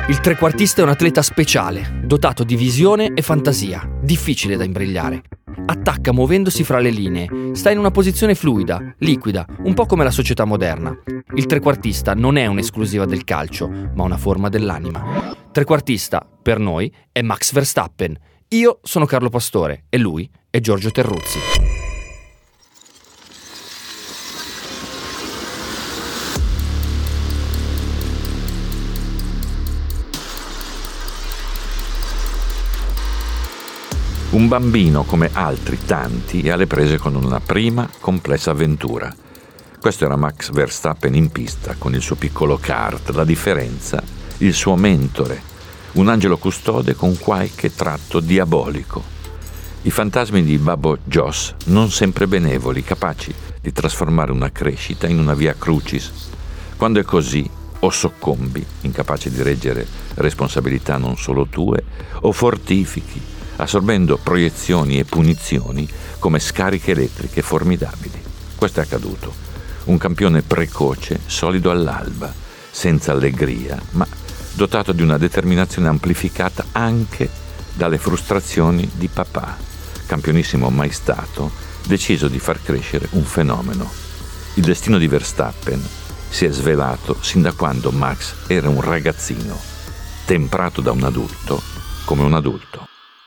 Il trequartista è un atleta speciale, dotato di visione e fantasia, difficile da imbrigliare. Attacca muovendosi fra le linee, sta in una posizione fluida, liquida, un po' come la società moderna. Il trequartista non è un'esclusiva del calcio, ma una forma dell'anima. Trequartista, per noi, è Max Verstappen. Io sono Carlo Pastore e lui è Giorgio Terruzzi. Un bambino, come altri tanti, è alle prese con una prima complessa avventura. Questo era Max Verstappen in pista, con il suo piccolo kart. La differenza? Il suo mentore, un angelo custode con qualche tratto diabolico. I fantasmi di Babbo Joss, non sempre benevoli, capaci di trasformare una crescita in una via crucis. Quando è così, o soccombi, incapace di reggere responsabilità non solo tue, o fortifichi, assorbendo proiezioni e punizioni come scariche elettriche formidabili. Questo è accaduto. Un campione precoce, solido all'alba, senza allegria, ma dotato di una determinazione amplificata anche dalle frustrazioni di papà. Campionissimo mai stato, deciso di far crescere un fenomeno. Il destino di Verstappen si è svelato sin da quando Max era un ragazzino, temprato da un adulto come un adulto.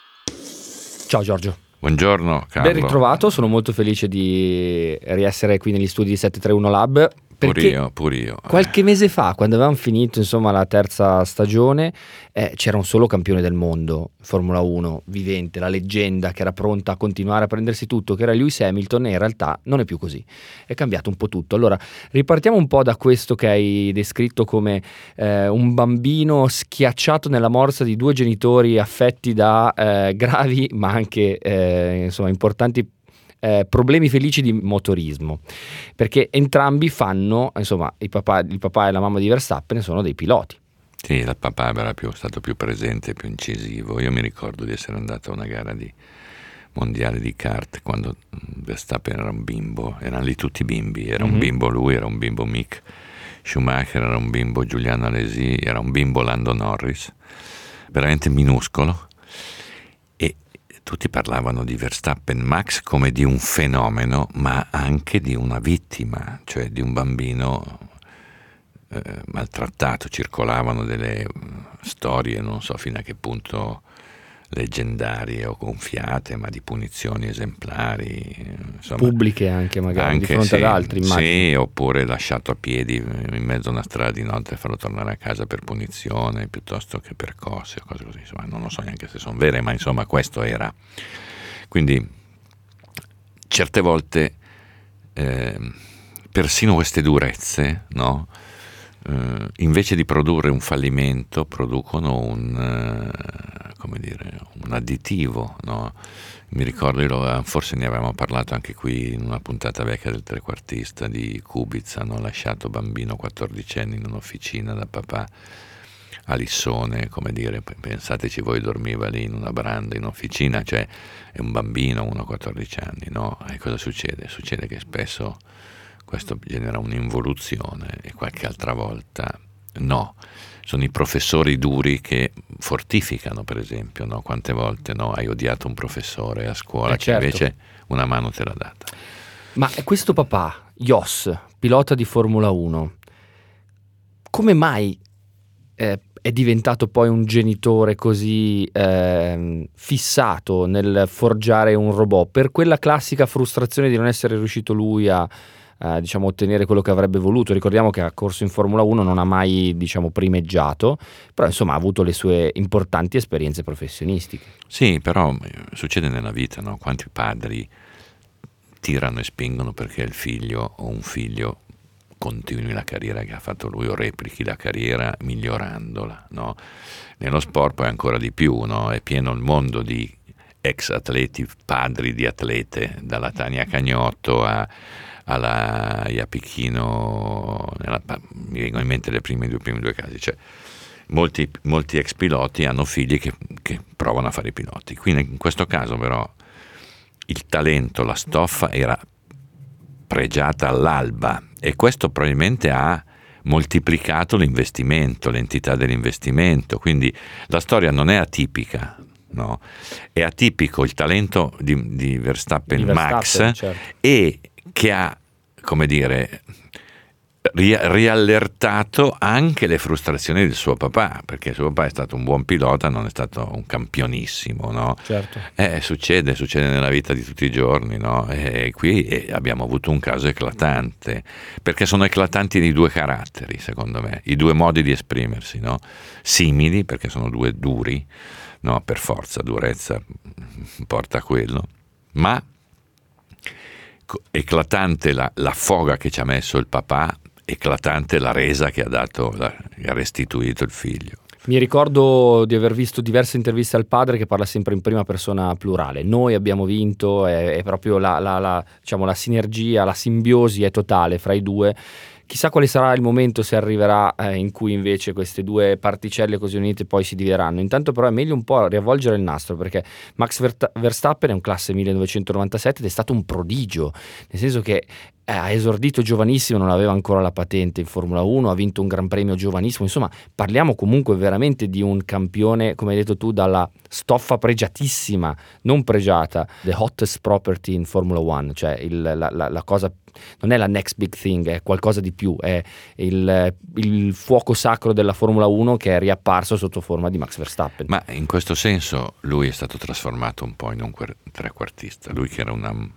Ciao Giorgio. Buongiorno Carlo. Ben ritrovato, sono molto felice di riessere qui negli studi di 731 Lab. Pur io. Qualche mese fa, quando avevamo finito insomma la terza stagione, c'era un solo campione del mondo, Formula 1, vivente, la leggenda che era pronta a continuare a prendersi tutto, che era Lewis Hamilton, e in realtà non è più così, è cambiato un po' tutto. Allora, ripartiamo un po' da questo che hai descritto come un bambino schiacciato nella morsa di due genitori affetti da gravi ma anche insomma importanti problemi felici di motorismo, perché entrambi fanno, insomma, il papà e la mamma di Verstappen sono dei piloti. Sì, il papà era stato più presente, più incisivo. Io mi ricordo di essere andato a una gara di mondiale di kart quando Verstappen era un bimbo, erano lì tutti bimbi, era un bimbo lui, era un bimbo Mick Schumacher, era un bimbo Giuliano Alesi, era un bimbo Lando Norris, veramente minuscolo. Tutti parlavano di Verstappen Max come di un fenomeno, ma anche di una vittima, cioè di un bambino maltrattato. Circolavano delle storie, non so fino a che punto leggendarie o gonfiate, ma di punizioni esemplari, insomma, pubbliche anche magari di fronte ad altri, immagino. Sì, oppure lasciato a piedi in mezzo a una strada di notte e farlo tornare a casa per punizione piuttosto che per cose o cose così. Insomma, non lo so neanche se sono vere, ma insomma questo era. Quindi certe volte persino queste durezze, no? Invece di produrre un fallimento producono un additivo, no? Mi ricordo, forse ne avevamo parlato anche qui in una puntata vecchia del trequartista di Kubica, no? Lasciato bambino 14enne in un'officina da papà a Lissone, come dire, pensateci voi, dormiva lì in una branda in officina, cioè è un bambino, uno a 14 anni, no? E cosa succede? Succede che spesso questo genera un'involuzione e qualche altra volta no. Sono i professori duri che fortificano, per esempio, no? Quante volte no? Hai odiato un professore a scuola che certo. invece una mano te l'ha data. Ma questo papà, Jos, pilota di Formula 1, come mai è diventato poi un genitore così fissato nel forgiare un robot? Per quella classica frustrazione di non essere riuscito lui a diciamo ottenere quello che avrebbe voluto. Ricordiamo che ha corso in Formula 1, non ha mai primeggiato, però insomma ha avuto le sue importanti esperienze professionistiche. Sì, però succede nella vita, no? Quanti padri tirano e spingono perché il figlio o un figlio continui la carriera che ha fatto lui o replichi la carriera migliorandola, no? Nello sport poi ancora di più, no? È pieno il mondo di ex atleti, padri di atlete, dalla Tania Cagnotto alla Iapicchino, mi vengono in mente i primi due casi, cioè molti ex piloti hanno figli che provano a fare i piloti. Quindi in questo caso però il talento, la stoffa era pregiata all'alba, e questo probabilmente ha moltiplicato l'investimento, l'entità dell'investimento, quindi la storia non è atipica, no? È atipico il talento di Verstappen, Max, certo. e che ha, come dire, riallertato anche le frustrazioni del suo papà, perché il suo papà è stato un buon pilota, non è stato un campionissimo, no? Certo. Succede nella vita di tutti i giorni, no? E qui abbiamo avuto un caso eclatante, perché sono eclatanti i due caratteri, secondo me, i due modi di esprimersi, no? Simili, perché sono due duri, no? Per forza, durezza porta a quello, ma eclatante la foga che ci ha messo il papà, eclatante la resa che ha dato, che ha restituito il figlio. Mi ricordo di aver visto diverse interviste al padre che parla sempre in prima persona plurale. Noi abbiamo vinto, è proprio diciamo, la sinergia, la simbiosi è totale fra i due. Chissà quale sarà il momento, se arriverà, in cui invece queste due particelle così unite poi si divideranno. Intanto però è meglio un po' riavvolgere il nastro, perché Max Verstappen è un classe 1997 ed è stato un prodigio, nel senso che ha esordito giovanissimo, non aveva ancora la patente in Formula 1, ha vinto un gran premio giovanissimo, insomma parliamo comunque veramente di un campione, come hai detto tu, dalla stoffa pregiatissima, non pregiata, the hottest property in Formula 1, cioè la cosa, non è la next big thing, è qualcosa di più, è il fuoco sacro della Formula 1 che è riapparso sotto forma di Max Verstappen. Ma in questo senso lui è stato trasformato un po' in un trequartista, lui che era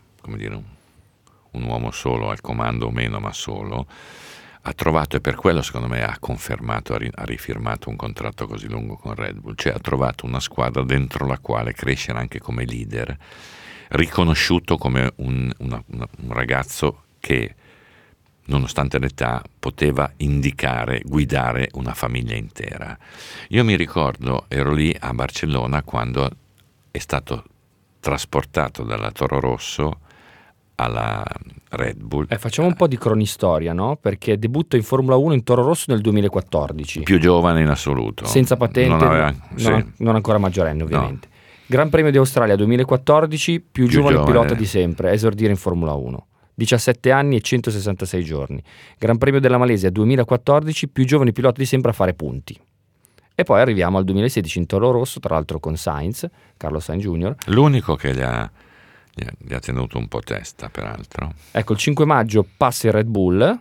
un uomo solo, al comando o meno, ma solo, ha trovato, e per quello secondo me ha confermato, ha rifirmato un contratto così lungo con Red Bull, cioè ha trovato una squadra dentro la quale crescere anche come leader, riconosciuto come un ragazzo che, nonostante l'età, poteva guidare una famiglia intera. Io mi ricordo, ero lì a Barcellona quando è stato trasportato dalla Toro Rosso alla Red Bull. Facciamo un po' di cronistoria, no? Perché debutta in Formula 1 in Toro Rosso nel 2014. Più giovane in assoluto. Senza patente, non ancora maggiorenne ovviamente. No. Gran Premio di Australia 2014, più giovane pilota di sempre, esordire in Formula 1. 17 anni e 166 giorni. Gran Premio della Malesia 2014, più giovane pilota di sempre a fare punti. E poi arriviamo al 2016 in Toro Rosso, tra l'altro con Carlos Sainz Jr. L'unico che gli ha tenuto un po' testa, peraltro. Ecco, il 5 maggio passa il Red Bull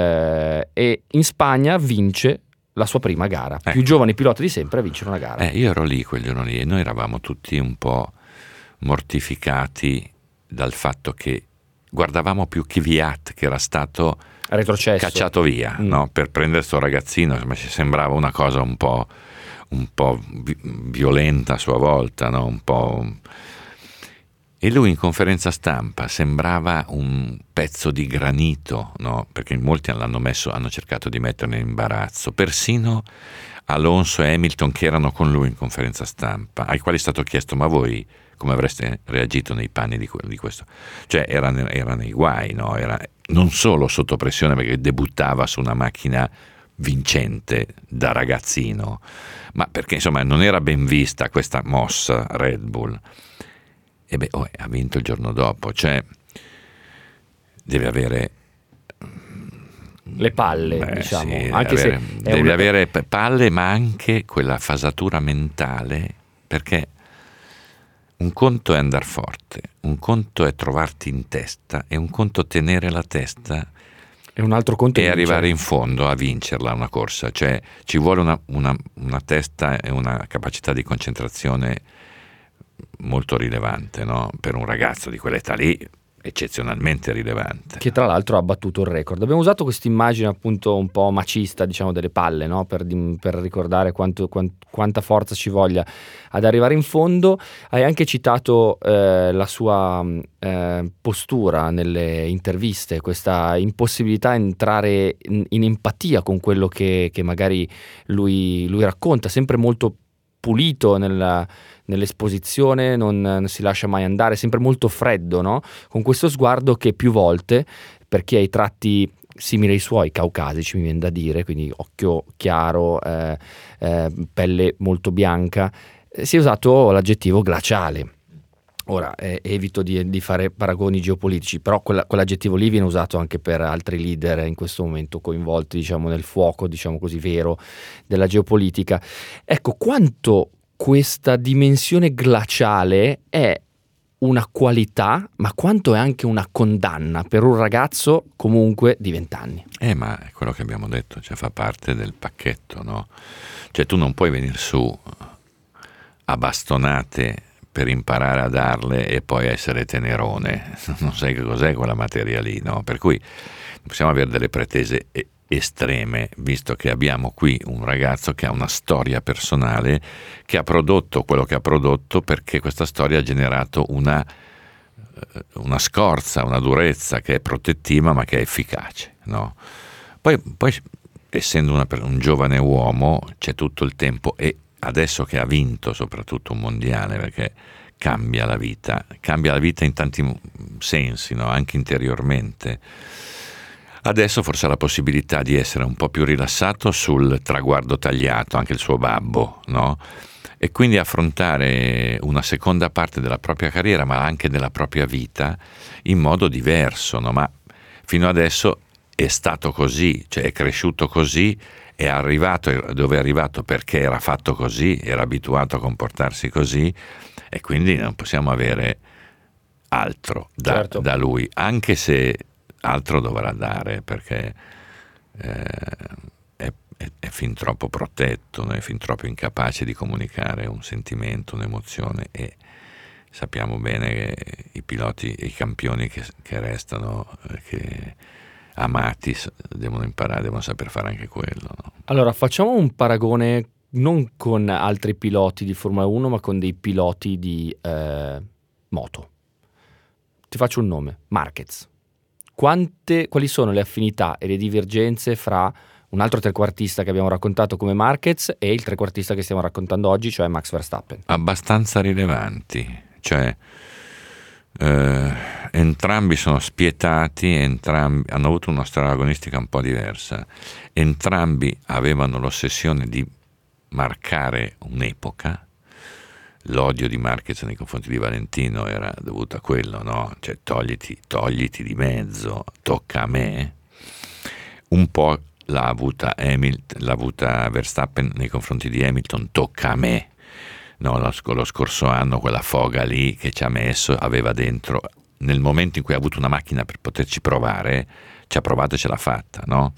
e in Spagna vince la sua prima gara. Ecco. Più giovane pilota di sempre a vincere una gara. Io ero lì quel giorno lì e noi eravamo tutti un po' mortificati dal fatto che guardavamo più Kvyat, che era stato retrocesso, cacciato via, no? Per prendere sto ragazzino, ma ci sembrava una cosa un po' violenta a sua volta, no? Un po'. E lui in conferenza stampa sembrava un pezzo di granito, no? Perché molti hanno cercato di metterne in imbarazzo, persino Alonso e Hamilton, che erano con lui in conferenza stampa, ai quali è stato chiesto: ma voi come avreste reagito nei panni di questo? Cioè era nei guai, no? Era non solo sotto pressione perché debuttava su una macchina vincente da ragazzino, ma perché insomma non era ben vista questa mossa Red Bull. E ha vinto il giorno dopo, cioè deve avere le palle, diciamo. Sì, anche deve avere palle, ma anche quella fasatura mentale, perché un conto è andare forte, un conto è trovarti in testa, e un conto tenere la testa, e un altro conto è arrivare in fondo a vincerla una corsa. Cioè ci vuole una testa e una capacità di concentrazione molto rilevante, no? Per un ragazzo di quell'età lì, eccezionalmente rilevante. Che tra l'altro ha battuto il record. Abbiamo usato questa immagine appunto un po' macista, diciamo, delle palle, no? Per ricordare quanta forza ci voglia ad arrivare in fondo. Hai anche citato la sua postura nelle interviste, questa impossibilità a entrare in empatia con quello che magari lui racconta, sempre molto pulito nell'esposizione, non si lascia mai andare, sempre molto freddo, no? Con questo sguardo che più volte, per chi ha i tratti simili ai suoi, caucasici mi viene da dire, quindi occhio chiaro, pelle molto bianca, si è usato l'aggettivo glaciale. Ora, evito di fare paragoni geopolitici, però quell'aggettivo lì viene usato anche per altri leader in questo momento coinvolti, diciamo, nel fuoco, diciamo così, vero della geopolitica. Ecco, quanto questa dimensione glaciale è una qualità, ma quanto è anche una condanna per un ragazzo comunque di 20 anni. Ma è quello che abbiamo detto, cioè fa parte del pacchetto, no? Cioè tu non puoi venire su a bastonate per imparare a darle e poi essere tenerone, non sai che cos'è quella materia lì, no? Per cui possiamo avere delle pretese estreme, visto che abbiamo qui un ragazzo che ha una storia personale, che ha prodotto quello che ha prodotto perché questa storia ha generato una scorza, una durezza che è protettiva ma che è efficace, no? Poi essendo un giovane uomo c'è tutto il tempo, e adesso che ha vinto soprattutto un mondiale, perché cambia la vita in tanti sensi, no? Anche interiormente. Adesso forse ha la possibilità di essere un po' più rilassato sul traguardo tagliato, anche il suo babbo, no? E quindi affrontare una seconda parte della propria carriera, ma anche della propria vita, in modo diverso, no? Ma fino adesso è stato così, cioè è cresciuto così, è arrivato dove è arrivato perché era fatto così, era abituato a comportarsi così, e quindi non possiamo avere altro da lui, anche se altro dovrà dare, perché è fin troppo protetto, è fin troppo incapace di comunicare un sentimento, un'emozione, e sappiamo bene che i piloti e i campioni che restano, che amati, devono imparare, devono saper fare anche quello, no? Allora, facciamo un paragone non con altri piloti di Formula 1, ma con dei piloti di moto. Ti faccio un nome, Marquez. Quali sono le affinità e le divergenze fra un altro trequartista che abbiamo raccontato come Marquez e il trequartista che stiamo raccontando oggi, cioè Max Verstappen? Abbastanza rilevanti, cioè entrambi sono spietati, entrambi hanno avuto una storia agonistica un po' diversa, entrambi avevano l'ossessione di marcare un'epoca. L'odio di Marquez nei confronti di Valentino era dovuto a quello, no? Cioè togliti di mezzo, tocca a me. Un po' l'ha avuta Verstappen nei confronti di Hamilton, tocca a me. No, lo scorso anno quella foga lì che ci ha messo, aveva dentro, nel momento in cui ha avuto una macchina per poterci provare, ci ha provato e ce l'ha fatta, no?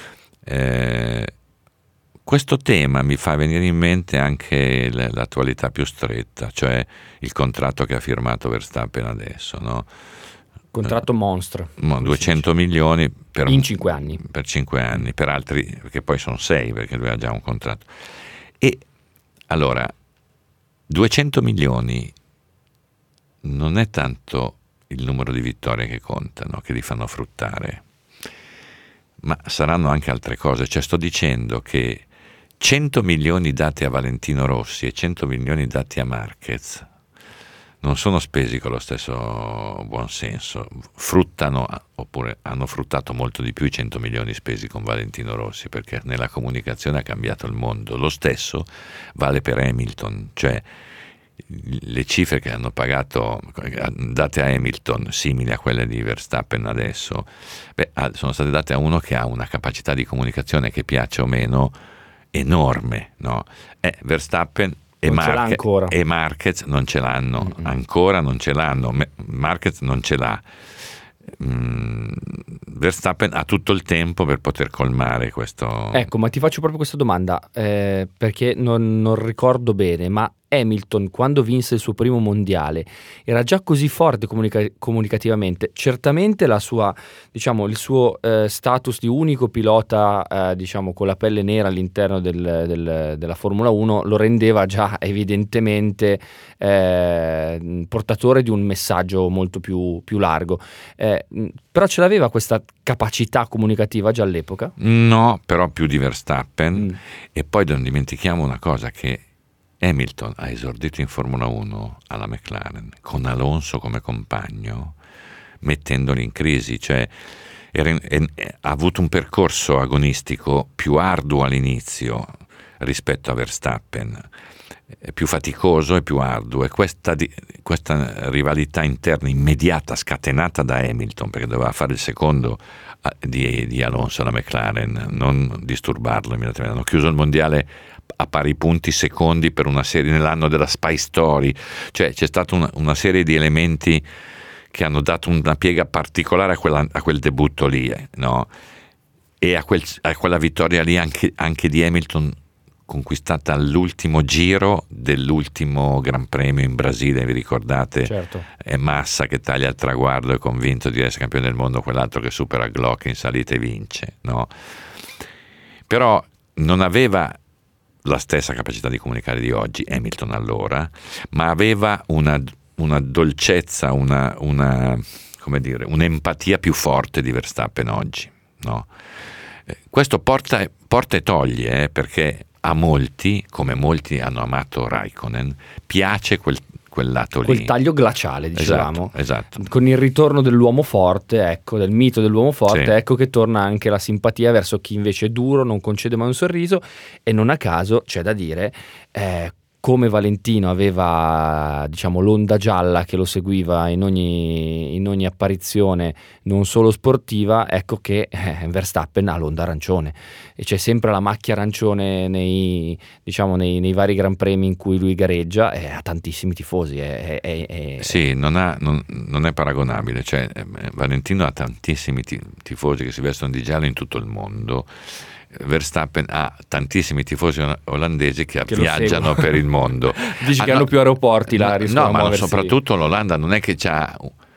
Questo tema mi fa venire in mente anche l'attualità più stretta, cioè il contratto che ha firmato Verstappen adesso, no? Contratto monstro. 200 milioni in 5 anni. Per 5 anni, per altri, perché poi sono 6, perché lui ha già un contratto. E allora, 200 milioni non è tanto il numero di vittorie che contano, che li fanno fruttare, ma saranno anche altre cose. Cioè sto dicendo che 100 milioni dati a Valentino Rossi e 100 milioni dati a Marquez non sono spesi con lo stesso buonsenso, fruttano, oppure hanno fruttato molto di più i 100 milioni spesi con Valentino Rossi, perché nella comunicazione ha cambiato il mondo. Lo stesso vale per Hamilton, cioè le cifre che hanno pagato date a Hamilton, simili a quelle di Verstappen adesso, sono state date a uno che ha una capacità di comunicazione, che piace o meno, enorme, no? Verstappen e Marquez non ce l'hanno, ancora non ce l'hanno. Marquez non ce l'ha. Verstappen ha tutto il tempo per poter colmare questo. Ecco, ma ti faccio proprio questa domanda, perché non ricordo bene, ma Hamilton, quando vinse il suo primo mondiale, era già così forte comunicativamente? Certamente la sua, diciamo, il suo status di unico pilota, diciamo, con la pelle nera all'interno della Formula 1 lo rendeva già evidentemente portatore di un messaggio molto più largo. Però ce l'aveva questa capacità comunicativa già all'epoca? No, però più di Verstappen. E poi non dimentichiamo una cosa, che Hamilton ha esordito in Formula 1 alla McLaren con Alonso come compagno, mettendoli in crisi, cioè ha avuto un percorso agonistico più arduo all'inizio rispetto a Verstappen. più faticoso e più arduo, e questa rivalità interna immediata scatenata da Hamilton, perché doveva fare il secondo di Alonso alla McLaren, non disturbarlo immediatamente. Hanno chiuso il mondiale a pari punti secondi per una serie nell'anno della Spy Story, cioè c'è stata una serie di elementi che hanno dato una piega particolare a quel debutto lì, no? E a quella vittoria lì anche di Hamilton, conquistata all'ultimo giro dell'ultimo Gran Premio in Brasile, vi ricordate? Certo. È Massa che taglia il traguardo, è convinto di essere campione del mondo, quell'altro che supera Glock in salita e vince, no? Però non aveva la stessa capacità di comunicare di oggi Hamilton allora, ma aveva una dolcezza, come dire, un'empatia più forte di Verstappen oggi, no? Questo porta e toglie, perché a molti, come molti hanno amato Raikkonen, piace quel lato lì. Quel taglio glaciale, dicevamo. Esatto. Con il ritorno dell'uomo forte, ecco, del mito dell'uomo forte, sì. Ecco che torna anche la simpatia verso chi invece è duro, non concede mai un sorriso, e non a caso c'è da dire, come Valentino aveva, diciamo, l'onda gialla che lo seguiva in ogni apparizione, non solo sportiva, ecco che Verstappen ha l'onda arancione, e c'è sempre la macchia arancione nei vari Gran Premi in cui lui gareggia, e ha tantissimi tifosi. Sì, non è paragonabile, cioè Valentino ha tantissimi tifosi che si vestono di giallo in tutto il mondo. Verstappen ha tantissimi tifosi olandesi che viaggiano per il mondo. Dici che hanno più aeroporti là, no, ma soprattutto l'Olanda non è che c'ha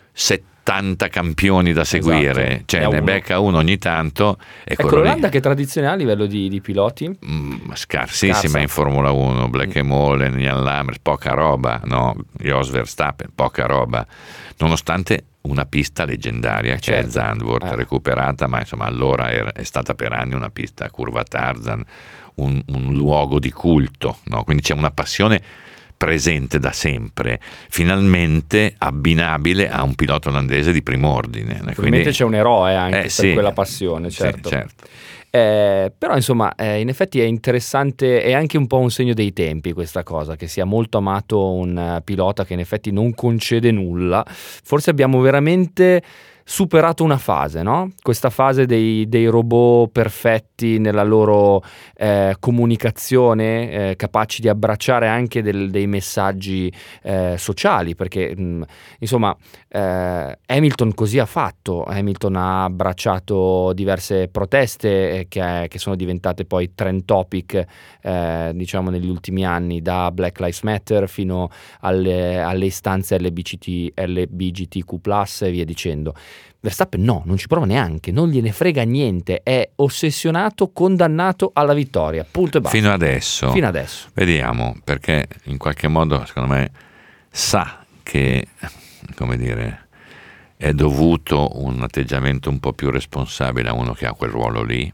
70 campioni da seguire, esatto. Cioè ne becca uno ogni tanto. Ecco, l'Olanda lì. Che tradizione ha a livello di piloti? Scarsissima. Scarsa. In Formula 1, Black e Molen, Jan Lammers, poca roba, no? Jos Verstappen, poca roba, nonostante una pista leggendaria, certo. C'è Zandvoort, recuperata, ma insomma allora è stata per anni una pista a curva Tarzan, un luogo di culto, no? Quindi c'è una passione presente da sempre, finalmente abbinabile a un pilota olandese di primo ordine. Probabilmente c'è un eroe anche per quella passione, certo. Sì, certo. Però insomma in effetti è interessante, è anche un po' un segno dei tempi questa cosa, che sia molto amato un pilota che in effetti non concede nulla. Forse abbiamo veramente superato una fase, no? Questa fase dei robot perfetti nella loro comunicazione, capaci di abbracciare anche dei messaggi sociali, perché insomma Hamilton così ha fatto. Hamilton ha abbracciato diverse proteste che sono diventate poi trend topic diciamo negli ultimi anni, da Black Lives Matter fino alle istanze LGBTQ+ e via dicendo. Verstappen non ci prova neanche, non gliene frega niente, è ossessionato, condannato alla vittoria, punto e basta. Fino adesso. Vediamo, perché in qualche modo secondo me sa che, come dire, è dovuto un atteggiamento un po' più responsabile a uno che ha quel ruolo lì,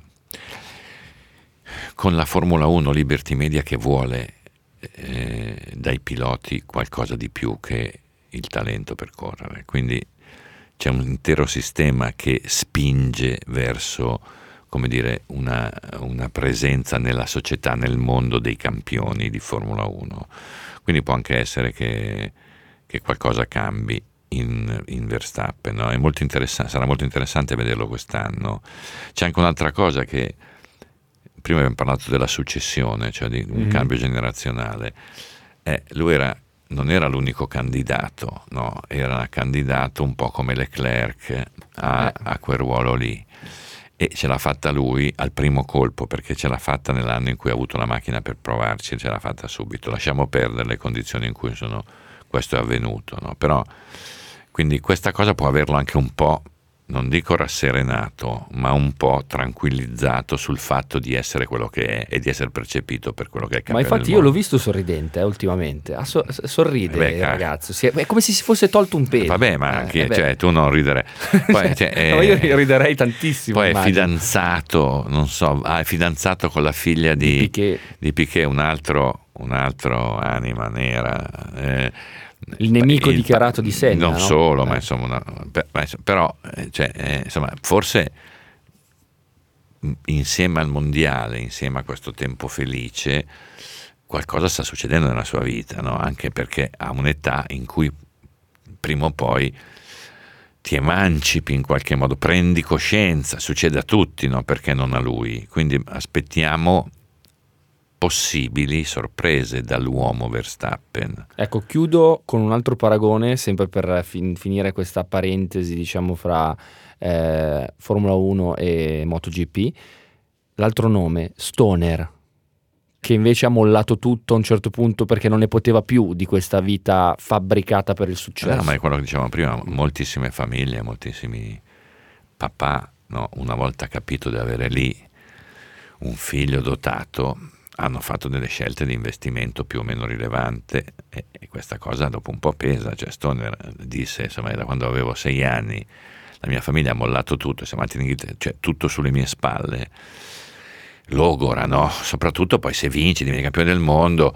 con la Formula 1 Liberty Media che vuole dai piloti qualcosa di più che il talento per correre, quindi c'è un intero sistema che spinge verso, come dire, una presenza nella società, nel mondo dei campioni di Formula 1. Quindi può anche essere che qualcosa cambi in Verstappen, no? È molto interessante, sarà molto interessante vederlo quest'anno. C'è anche un'altra cosa che prima abbiamo parlato della successione, cioè di un cambio generazionale. Lui non era l'unico candidato, no? Era candidato un po' come Leclerc a quel ruolo lì, e ce l'ha fatta lui al primo colpo, perché ce l'ha fatta nell'anno in cui ha avuto la macchina per provarci, ce l'ha fatta subito. Lasciamo perdere le condizioni in cui questo è avvenuto, no? Però quindi questa cosa può averlo anche un po', non dico rasserenato, ma un po' tranquillizzato sul fatto di essere quello che è e di essere percepito per quello che è campione. Ma infatti io l'ho visto sorridente ultimamente, sorride il ragazzo, è come se si fosse tolto un pelo. Vabbè, ma anche, cioè, tu non ridere. Poi, no, io riderei tantissimo. Poi immagino. È fidanzato, non so, è fidanzato con la figlia di Piquet, un altro anima nera. Il nemico dichiarato di Senna, non solo, ma insomma, però insomma, forse insieme al mondiale, insieme a questo tempo felice, qualcosa sta succedendo nella sua vita, no? Anche perché ha un'età in cui prima o poi ti emancipi in qualche modo, prendi coscienza, succede a tutti, no? Perché non a lui? Quindi aspettiamo possibili sorprese dall'uomo Verstappen. Ecco, chiudo con un altro paragone, sempre per finire questa parentesi, diciamo, fra Formula 1 e MotoGP. L'altro nome, Stoner, che invece ha mollato tutto a un certo punto perché non ne poteva più di questa vita fabbricata per il successo. No, ma è quello che dicevamo prima, moltissime famiglie, moltissimi papà, no? Una volta capito di avere lì un figlio dotato, hanno fatto delle scelte di investimento più o meno rilevante, e questa cosa dopo un po' pesa. Cioè Stoner disse, insomma, da quando avevo 6 anni la mia famiglia ha mollato tutto, siamo andati in Inghilterra, cioè tutto sulle mie spalle. Logora, no? Soprattutto poi se vinci, diventi campione del mondo,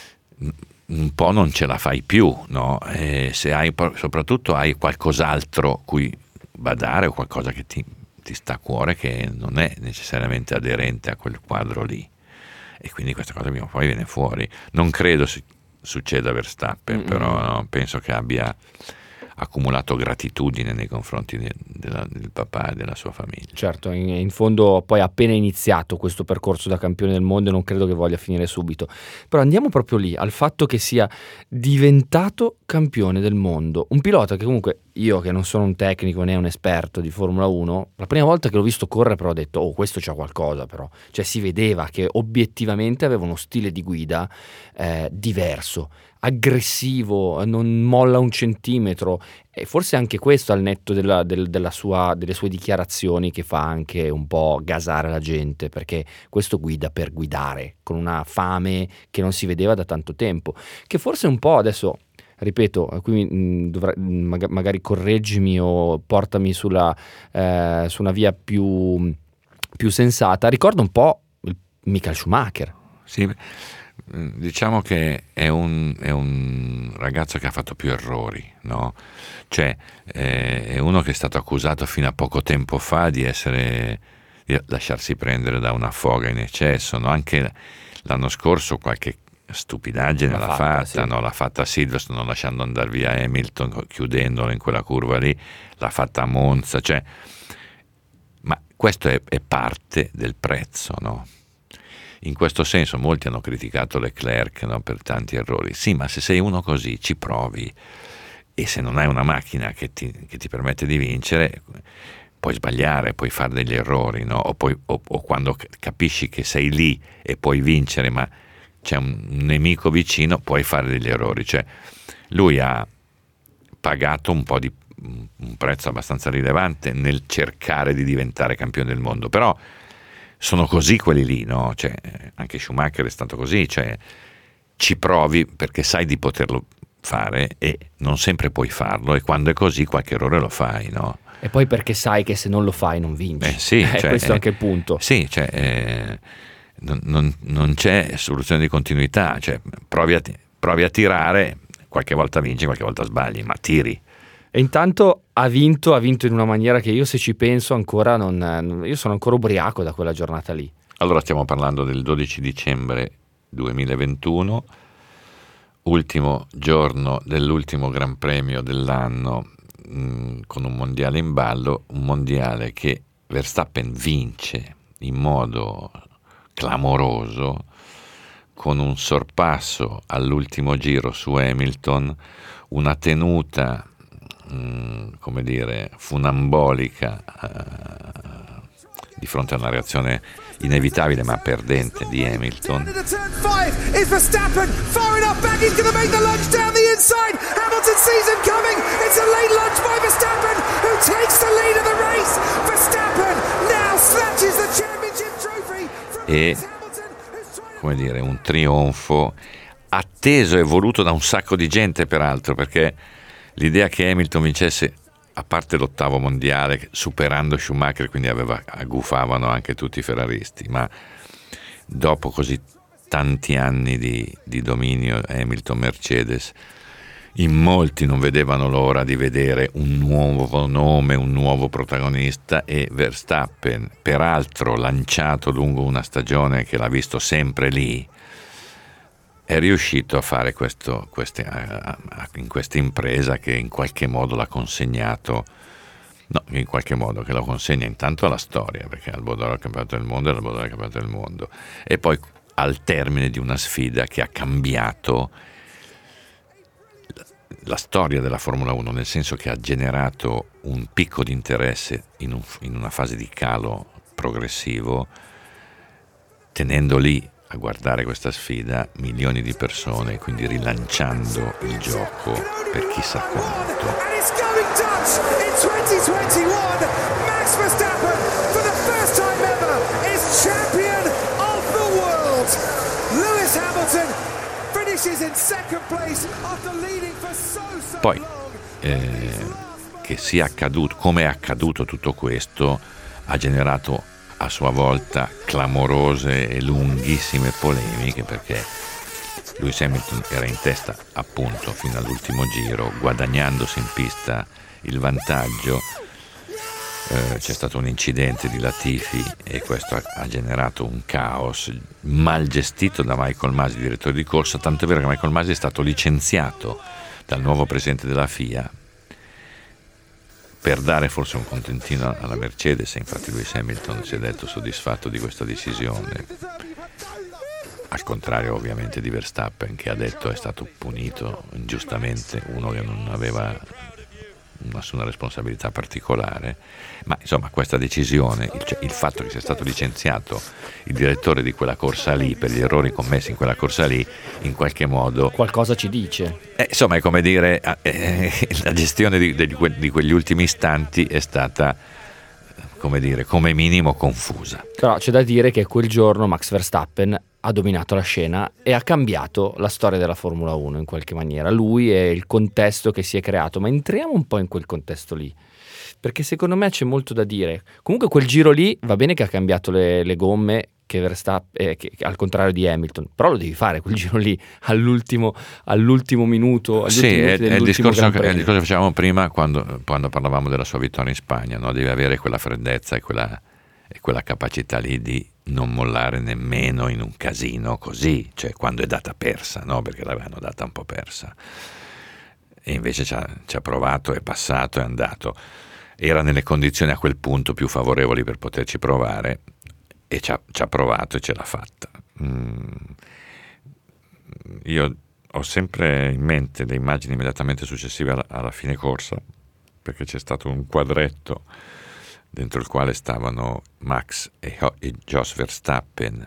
un po' non ce la fai più, no? E se hai, soprattutto hai qualcos'altro cui badare, o qualcosa che ti sta a cuore, che non è necessariamente aderente a quel quadro lì, e quindi questa cosa prima o poi viene fuori. Non credo succeda a Verstappen, però no, penso che abbia accumulato gratitudine nei confronti del papà e della sua famiglia. Certo, in fondo poi ha appena iniziato questo percorso da campione del mondo e non credo che voglia finire subito. Però andiamo proprio lì, al fatto che sia diventato campione del mondo. Un pilota che comunque, io che non sono un tecnico né un esperto di Formula 1, la prima volta che l'ho visto correre però ho detto, oh, questo c'ha qualcosa però. Cioè si vedeva che obiettivamente aveva uno stile di guida diverso, aggressivo, non molla un centimetro, e forse anche questo al netto delle sue dichiarazioni, che fa anche un po' gasare la gente, perché questo guida per guidare, con una fame che non si vedeva da tanto tempo, che forse un po' adesso, ripeto, qui magari correggimi o portami su una via più sensata, ricorda un po' il Michael Schumacher. Sì, diciamo che è un ragazzo che ha fatto più errori, no? Cioè è uno che è stato accusato fino a poco tempo fa di lasciarsi prendere da una foga in eccesso, no? Anche l'anno scorso qualche stupidaggine l'ha fatta, sì. No? L'ha fatta a Silverstone, non lasciando andare via Hamilton, chiudendolo in quella curva lì, l'ha fatta a Monza, cioè, ma questo è parte del prezzo, no? In questo senso molti hanno criticato Leclerc, no, per tanti errori. Sì, ma se sei uno così ci provi, e se non hai una macchina che ti permette di vincere, puoi sbagliare, puoi fare degli errori, no? O quando capisci che sei lì e puoi vincere, ma c'è un nemico vicino, puoi fare degli errori. Cioè lui ha pagato un prezzo abbastanza rilevante nel cercare di diventare campione del mondo, però sono così quelli lì, no? Cioè, anche Schumacher è stato così, cioè ci provi perché sai di poterlo fare e non sempre puoi farlo, e quando è così qualche errore lo fai, no? E poi perché sai che se non lo fai non vinci. Sì, cioè, questo è anche il punto. Sì, cioè non c'è soluzione di continuità, cioè provi a tirare, qualche volta vinci, qualche volta sbagli, ma tiri. E intanto ha vinto in una maniera che io, se ci penso ancora, io sono ancora ubriaco da quella giornata lì. Allora stiamo parlando del 12 dicembre 2021, ultimo giorno dell'ultimo Gran Premio dell'anno, con un mondiale in ballo, un mondiale che Verstappen vince in modo clamoroso, con un sorpasso all'ultimo giro su Hamilton, una tenuta come dire, funambolica di fronte a una reazione inevitabile ma perdente di Hamilton. E, come dire, un trionfo atteso e voluto da un sacco di gente, peraltro, perché l'idea che Hamilton vincesse, a parte l'8º mondiale, superando Schumacher, quindi aggufavano anche tutti i ferraristi, ma dopo così tanti anni di dominio Hamilton-Mercedes, in molti non vedevano l'ora di vedere un nuovo nome, un nuovo protagonista, e Verstappen, peraltro lanciato lungo una stagione che l'ha visto sempre lì, è riuscito a fare in questa impresa che in qualche modo l'ha consegnato, no, in qualche modo che lo consegna intanto alla storia, perché Albodoro al campionato del mondo è l'Albodoro al campionato del mondo, e poi al termine di una sfida che ha cambiato la storia della Formula 1, nel senso che ha generato un picco di interesse in una fase di calo progressivo, tenendo lì a guardare questa sfida milioni di persone, quindi rilanciando il gioco per chissà quanto. And it's going Dutch in 2021. Max Verstappen, for the first time ever, is champion of the world. Lewis Hamilton finishes in second place after leading for so Poi, long. che sia accaduto, come è accaduto tutto questo, ha generato a sua volta clamorose e lunghissime polemiche, perché Lewis Hamilton era in testa appunto fino all'ultimo giro, guadagnandosi in pista il vantaggio. C'è stato un incidente di Latifi e questo ha generato un caos mal gestito da Michael Masi, direttore di corsa, tanto è vero che Michael Masi è stato licenziato dal nuovo presidente della FIA per dare forse un contentino alla Mercedes, e infatti Lewis Hamilton si è detto soddisfatto di questa decisione, al contrario ovviamente di Verstappen, che ha detto è stato punito ingiustamente, uno che non aveva nessuna responsabilità particolare. Ma insomma questa decisione, il fatto che sia stato licenziato il direttore di quella corsa lì per gli errori commessi in quella corsa lì, in qualche modo Qualcosa ci dice. insomma è come dire, la gestione di quegli ultimi istanti è stata, come dire, come minimo confusa. Però c'è da dire che quel giorno Max Verstappen ha dominato la scena e ha cambiato la storia della Formula 1 in qualche maniera. Lui e il contesto che si è creato, ma entriamo un po' in quel contesto lì, perché secondo me c'è molto da dire. Comunque quel giro lì va bene che ha cambiato le gomme, che Verstappen, che al contrario di Hamilton, però lo devi fare quel giro lì all'ultimo minuto, agli Sì, ultimi minuti è il dell'ultimo discorso Gran che Premio. facevamo prima quando parlavamo della sua vittoria in Spagna, no? Devi avere quella freddezza e quella capacità lì di non mollare nemmeno in un casino così, cioè quando è data persa, no? Perché l'avevano data un po' persa, e invece ci ha provato, è passato, è andato, era nelle condizioni a quel punto più favorevoli per poterci provare, e ci ha provato e ce l'ha fatta. Io ho sempre in mente le immagini immediatamente successive alla fine corsa, perché c'è stato un quadretto dentro il quale stavano Max e Jos Verstappen,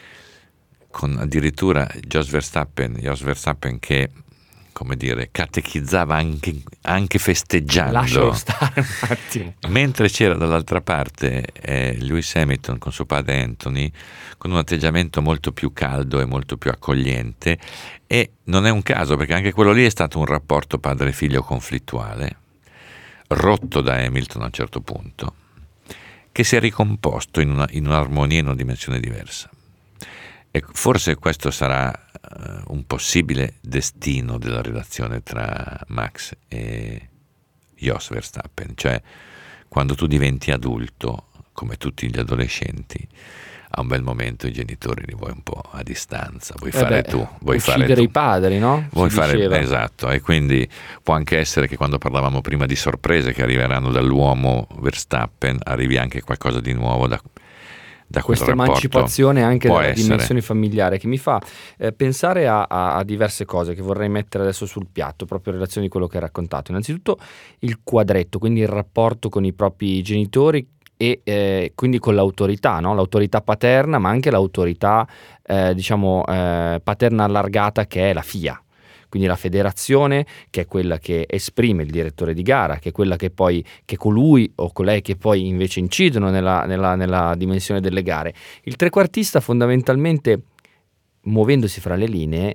con addirittura Jos Verstappen che, come dire, catechizzava anche festeggiando. Lascialo stare un attimo. Mentre c'era dall'altra parte Lewis Hamilton con suo padre Anthony, con un atteggiamento molto più caldo e molto più accogliente, e non è un caso, perché anche quello lì è stato un rapporto padre-figlio conflittuale, rotto da Hamilton a un certo punto, che si è ricomposto in un'armonia, in una dimensione diversa. E forse questo sarà un possibile destino della relazione tra Max e Jos Verstappen, cioè quando tu diventi adulto, come tutti gli adolescenti, a un bel momento i genitori li vuoi un po' a distanza, vuoi fare tu, vuoi uccidere fare tu. i padri, no? Vuoi Si fare, diceva. esatto, e quindi può anche essere che quando parlavamo prima di sorprese che arriveranno dall'uomo Verstappen, arrivi anche qualcosa di nuovo da quel Questa rapporto. emancipazione anche Può della essere. dimensione familiare, che mi fa pensare a diverse cose che vorrei mettere adesso sul piatto, proprio in relazione a quello che hai raccontato. Innanzitutto il quadretto, quindi il rapporto con i propri genitori e quindi con l'autorità, no? L'autorità paterna, ma anche l'autorità paterna allargata, che è la FIA. Quindi la federazione, che è quella che esprime il direttore di gara, che è quella che colui o colei che poi invece incidono nella dimensione delle gare. Il trequartista fondamentalmente, muovendosi fra le linee,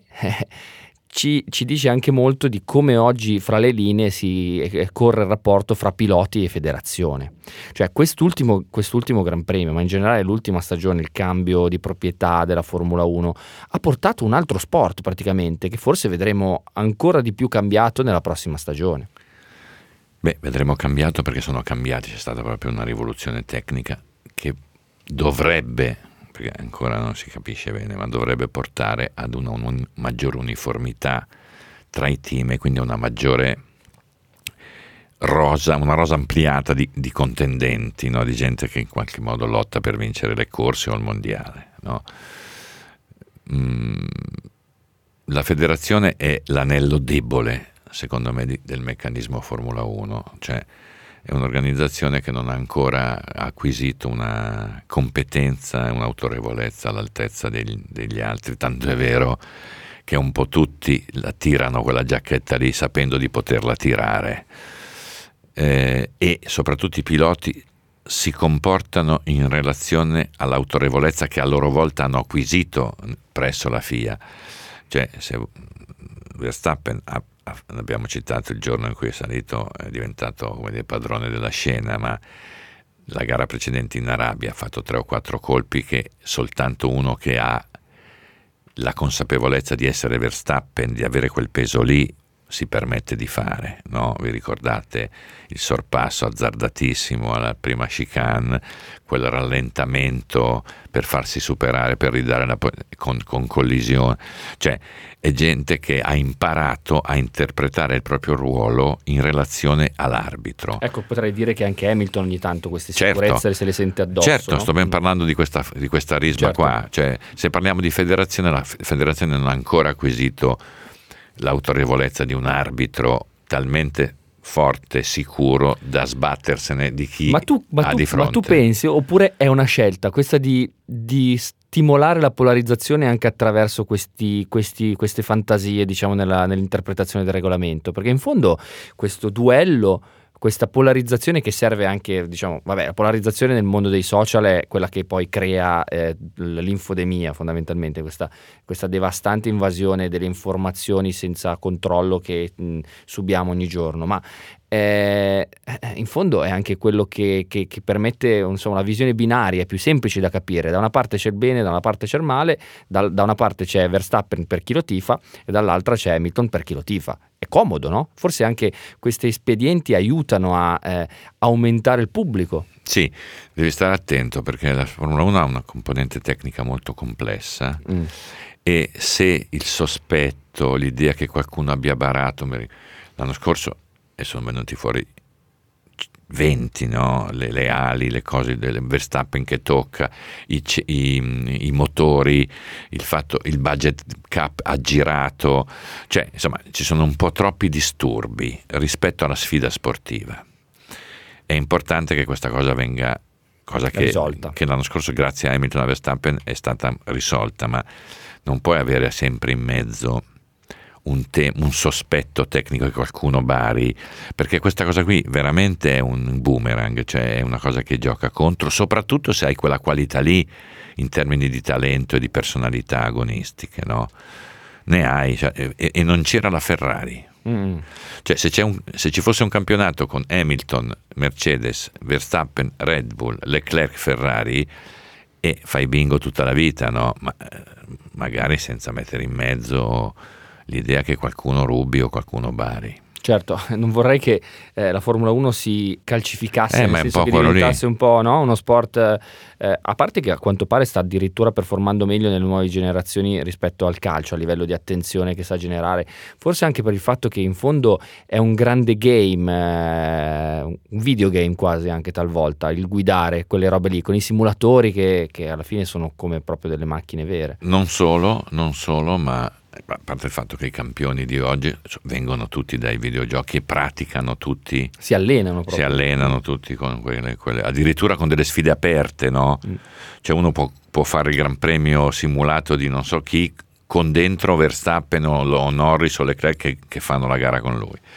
ci dice anche molto di come oggi fra le linee si corre il rapporto fra piloti e federazione. Cioè quest'ultimo Gran Premio, ma in generale l'ultima stagione, il cambio di proprietà della Formula 1 ha portato un altro sport praticamente, che forse vedremo ancora di più cambiato nella prossima stagione. Beh, vedremo cambiato, perché sono cambiati, c'è stata proprio una rivoluzione tecnica che dovrebbe perché ancora non si capisce bene, ma dovrebbe portare ad una maggiore uniformità tra i team e quindi una maggiore una rosa ampliata di contendenti, no? Di gente che in qualche modo lotta per vincere le corse o il mondiale, no? La federazione è l'anello debole, secondo me, del meccanismo Formula 1, cioè è un'organizzazione che non ha ancora acquisito una competenza e un'autorevolezza all'altezza degli altri, tanto è vero che un po' tutti la tirano quella giacchetta lì sapendo di poterla tirare, e soprattutto i piloti si comportano in relazione all'autorevolezza che a loro volta hanno acquisito presso la FIA. Cioè, se Verstappen l'abbiamo citato il giorno in cui è salito, è diventato, come dire, padrone della scena, ma la gara precedente in Arabia ha fatto 3 o 4 colpi che soltanto uno che ha la consapevolezza di essere Verstappen, di avere quel peso lì, si permette di fare, no? Vi ricordate il sorpasso azzardatissimo alla prima chicane, quel rallentamento per farsi superare, per ridare con collisione? Cioè, è gente che ha imparato a interpretare il proprio ruolo in relazione all'arbitro. Ecco, potrei dire che anche Hamilton ogni tanto queste sicurezze, certo, se le sente addosso. Certo, no? Sto ben parlando di questa risma, certo, qua. Cioè, se parliamo di federazione, la federazione non ha ancora acquisito l'autorevolezza di un arbitro talmente forte, sicuro da sbattersene di chi ha di fronte. Ma tu pensi, oppure è una scelta questa di stimolare la polarizzazione anche attraverso queste fantasie, diciamo, nell'interpretazione del regolamento? Perché in fondo questo duello, questa polarizzazione che serve anche, diciamo, la polarizzazione nel mondo dei social è quella che poi crea l'infodemia, fondamentalmente, questa devastante invasione delle informazioni senza controllo che subiamo ogni giorno, ma in fondo è anche quello che permette, insomma, una visione binaria più semplice da capire. Da una parte c'è il bene, da una parte c'è il male, da una parte c'è Verstappen per chi lo tifa e dall'altra c'è Hamilton per chi lo tifa. È comodo, no? Forse anche questi espedienti aiutano a aumentare il pubblico. Sì, devi stare attento perché la Formula 1 ha una componente tecnica molto complessa e se il sospetto, l'idea che qualcuno abbia barato, l'anno scorso e sono venuti fuori 20, no? Le ali, le cose del Verstappen che tocca, i motori, il budget cap aggirato, cioè insomma ci sono un po' troppi disturbi rispetto alla sfida sportiva. È importante che questa cosa venga, cosa che l'anno scorso grazie a Hamilton e Verstappen è stata risolta, ma non puoi avere sempre in mezzo un sospetto tecnico che qualcuno bari, perché questa cosa qui veramente è un boomerang, cioè è una cosa che gioca contro, soprattutto se hai quella qualità lì in termini di talento e di personalità agonistiche, no? Ne hai, cioè, e non c'era la Ferrari. Cioè se ci fosse un campionato con Hamilton, Mercedes, Verstappen, Red Bull, Leclerc, Ferrari, e fai bingo tutta la vita, no? Ma magari senza mettere in mezzo l'idea che qualcuno rubi o qualcuno bari. Certo, non vorrei che la Formula 1 si calcificasse, nel senso che diventasse un po', no? Uno sport, a parte che a quanto pare sta addirittura performando meglio nelle nuove generazioni rispetto al calcio, a livello di attenzione che sa generare, forse anche per il fatto che in fondo è un grande game, un videogame quasi anche talvolta, il guidare quelle robe lì, con i simulatori che alla fine sono come proprio delle macchine vere. Non solo, ma a parte il fatto che i campioni di oggi vengono tutti dai videogiochi e praticano tutti, si allenano tutti con quelle addirittura con delle sfide aperte, no? Cioè uno può fare il Gran Premio simulato di non so chi con dentro Verstappen o Norris o Leclerc che fanno la gara con lui.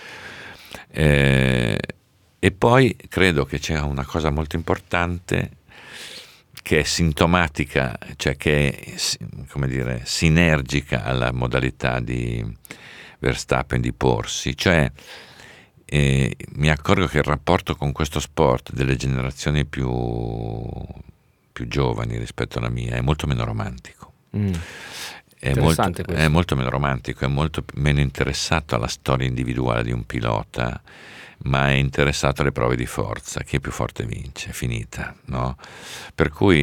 E poi credo che c'è una cosa molto importante che è sintomatica, cioè che è, come dire, sinergica alla modalità di Verstappen di porsi, cioè mi accorgo che il rapporto con questo sport delle generazioni più giovani rispetto alla mia è molto meno romantico. È molto meno romantico, è molto meno interessato alla storia individuale di un pilota, ma è interessato alle prove di forza, chi è più forte vince, è finita, no? Per cui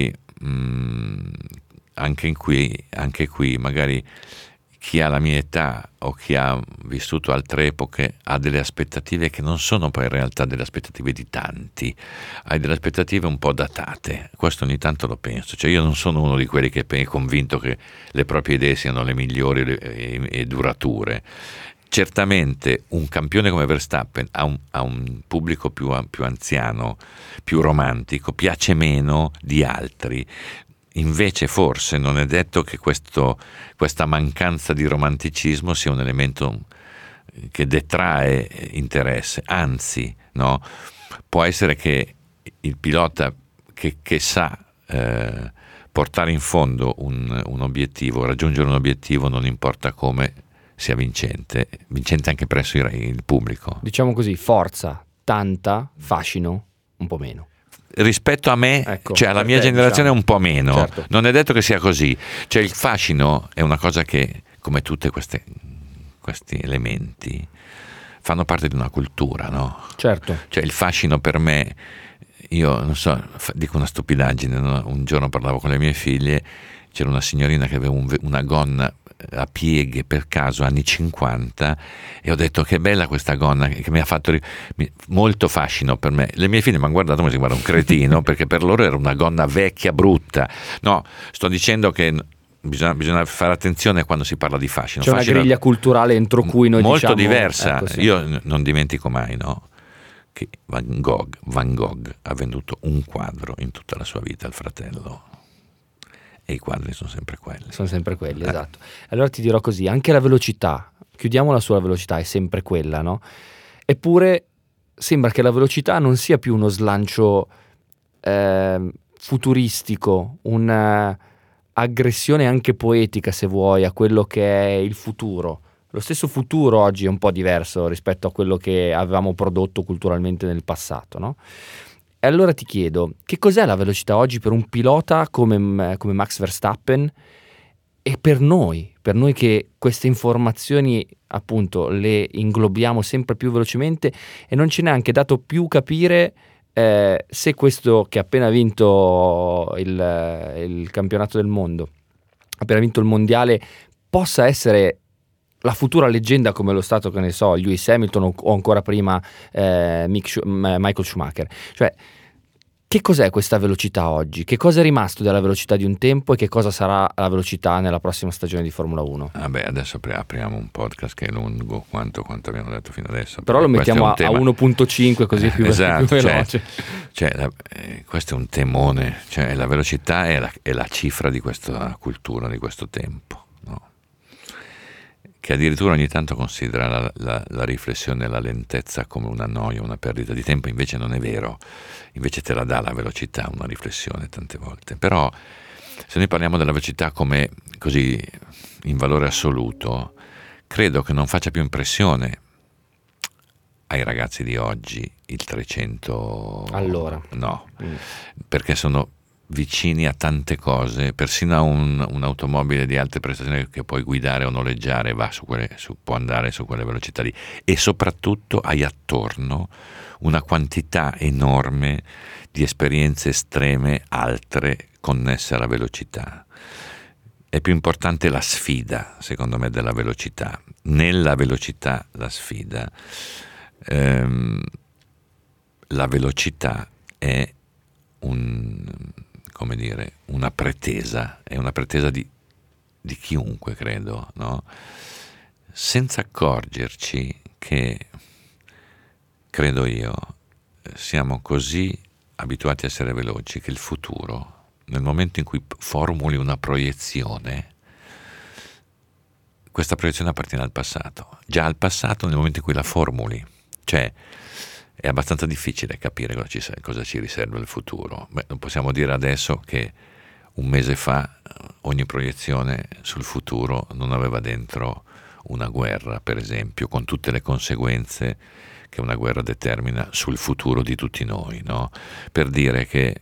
anche qui magari chi ha la mia età o chi ha vissuto altre epoche ha delle aspettative che non sono poi in realtà delle aspettative di tanti, hai delle aspettative un po' datate. Questo ogni tanto lo penso, cioè io non sono uno di quelli che è convinto che le proprie idee siano le migliori e durature. Certamente un campione come Verstappen ha un pubblico più anziano, più romantico, piace meno di altri. Invece forse non è detto che questa mancanza di romanticismo sia un elemento che detrae interesse, anzi, no? Può essere che il pilota che sa portare in fondo un obiettivo, raggiungere un obiettivo, non importa come, sia vincente anche presso il pubblico. Diciamo così, forza, tanta, fascino, un po' meno. Rispetto a me, ecco, cioè alla mia generazione, diciamo, un po' meno. certo. Non è detto che sia così. Cioè il fascino è una cosa che, come tutti questi elementi, fanno parte di una cultura, no? Certo. Cioè il fascino per me, io non so, dico una stupidaggine, no? Un giorno parlavo con le mie figlie, c'era una signorina che aveva una gonna a pieghe per caso anni 50 e ho detto che bella questa gonna, che mi ha fatto molto fascino per me. Le mie figlie mi hanno guardato come se guarda un cretino perché per loro era una gonna vecchia, brutta. No, sto dicendo che bisogna fare attenzione quando si parla di fascino. C'è una griglia culturale entro cui noi molto diciamo, diversa. ecco, sì. Io non dimentico mai, no, che Van Gogh ha venduto un quadro in tutta la sua vita al fratello. E i quadri sono sempre quelli. Sono sempre quelli, esatto. Allora ti dirò così, anche la velocità, chiudiamola sulla velocità, è sempre quella, no? Eppure sembra che la velocità non sia più uno slancio futuristico, un'aggressione anche poetica, se vuoi, a quello che è il futuro. Lo stesso futuro oggi è un po' diverso rispetto a quello che avevamo prodotto culturalmente nel passato, no? E allora ti chiedo, che cos'è la velocità oggi per un pilota come Max Verstappen e per noi che queste informazioni appunto le inglobiamo sempre più velocemente e non ce n'è anche dato più capire se questo che ha appena vinto il campionato del mondo, appena vinto il mondiale, possa essere la futura leggenda come lo stato, che ne so, Lewis Hamilton o ancora prima Michael Schumacher. Cioè, che cos'è questa velocità oggi? Che cosa è rimasto della velocità di un tempo e che cosa sarà la velocità nella prossima stagione di Formula 1? Adesso apriamo un podcast che è lungo quanto abbiamo detto fino adesso. Però lo mettiamo a 1.5 così più veloce. Questo è un temone. Cioè, la velocità è la cifra di questa cultura, di questo tempo, no? Che addirittura ogni tanto considera la riflessione e la lentezza come una noia, una perdita di tempo. Invece non è vero, invece te la dà la velocità, una riflessione tante volte. Però se noi parliamo della velocità come così in valore assoluto, credo che non faccia più impressione ai ragazzi di oggi il 300. Allora no, perché sono vicini a tante cose, persino a un'automobile di alte prestazioni che puoi guidare o noleggiare può andare su quelle velocità lì, e soprattutto hai attorno una quantità enorme di esperienze estreme altre connesse alla velocità. È più importante la sfida, secondo me, della velocità. Nella velocità la sfida, la velocità è una pretesa, è una pretesa di chiunque, credo, no? Senza accorgerci che, credo io, siamo così abituati a essere veloci che il futuro, nel momento in cui formuli una proiezione, questa proiezione appartiene al passato, già al passato nel momento in cui la formuli, cioè è abbastanza difficile capire cosa ci riserva il futuro. Non possiamo dire adesso che un mese fa ogni proiezione sul futuro non aveva dentro una guerra, per esempio, con tutte le conseguenze che una guerra determina sul futuro di tutti noi, no? Per dire che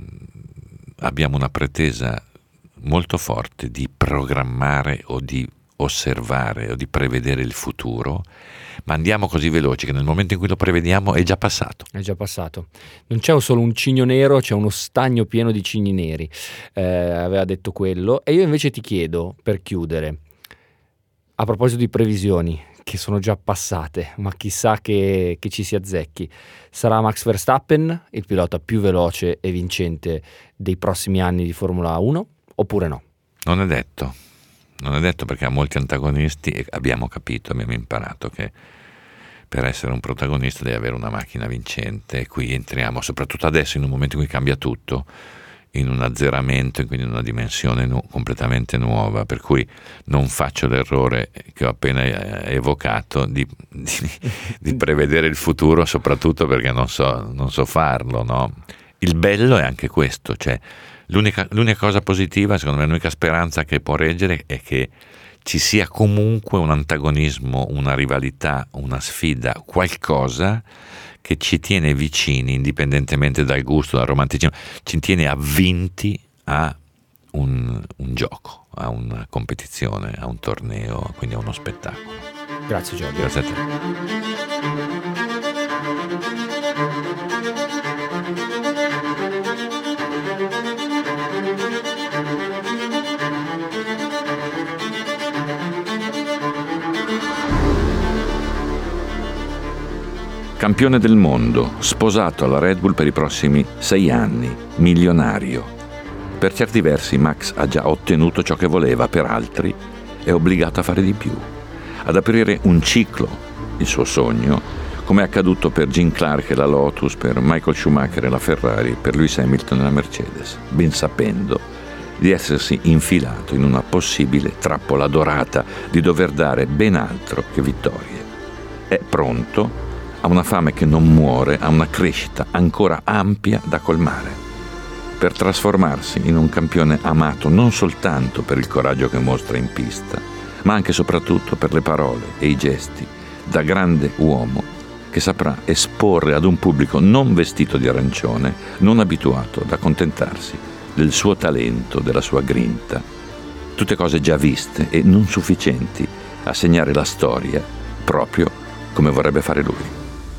abbiamo una pretesa molto forte di programmare o di osservare o di prevedere il futuro, ma andiamo così veloci che nel momento in cui lo prevediamo è già passato. È già passato. Non c'è solo un cigno nero, c'è uno stagno pieno di cigni neri. Aveva detto quello. E io invece ti chiedo, per chiudere, a proposito di previsioni che sono già passate, ma chissà che ci si azzecchi, sarà Max Verstappen il pilota più veloce e vincente dei prossimi anni di Formula 1 oppure no? Non è detto perché ha molti antagonisti e abbiamo imparato che per essere un protagonista devi avere una macchina vincente, e qui entriamo, soprattutto adesso in un momento in cui cambia tutto, in un azzeramento e quindi in una dimensione completamente nuova, per cui non faccio l'errore che ho appena evocato di prevedere il futuro, soprattutto perché non so farlo, no? Il bello è anche questo, cioè l'unica cosa positiva, secondo me l'unica speranza che può reggere è che ci sia comunque un antagonismo, una rivalità, una sfida, qualcosa che ci tiene vicini, indipendentemente dal gusto, dal romanticismo, ci tiene avvinti a un gioco, a una competizione, a un torneo, quindi a uno spettacolo. Grazie Giorgio. Grazie a te. Campione del mondo, sposato alla Red Bull per i prossimi 6 anni, milionario. Per certi versi Max ha già ottenuto ciò che voleva, per altri è obbligato a fare di più, ad aprire un ciclo, il suo sogno, come è accaduto per Jim Clark e la Lotus, per Michael Schumacher e la Ferrari, per Lewis Hamilton e la Mercedes, ben sapendo di essersi infilato in una possibile trappola dorata, di dover dare ben altro che vittorie. È pronto a una fame che non muore, a una crescita ancora ampia da colmare, per trasformarsi in un campione amato non soltanto per il coraggio che mostra in pista, ma anche e soprattutto per le parole e i gesti, da grande uomo che saprà esporre ad un pubblico non vestito di arancione, non abituato ad accontentarsi del suo talento, della sua grinta, tutte cose già viste e non sufficienti a segnare la storia proprio come vorrebbe fare lui.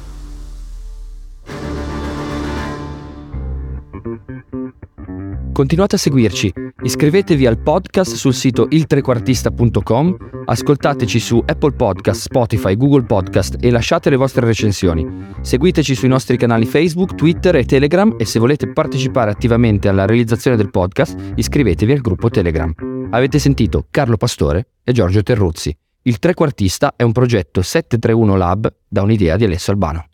Continuate a seguirci, iscrivetevi al podcast sul sito iltrequartista.com, ascoltateci su Apple Podcast, Spotify, Google Podcast e lasciate le vostre recensioni. Seguiteci sui nostri canali Facebook, Twitter e Telegram, e se volete partecipare attivamente alla realizzazione del podcast, iscrivetevi al gruppo Telegram. Avete sentito Carlo Pastore e Giorgio Terruzzi. Il Trequartista è un progetto 731 Lab da un'idea di Alessio Albano.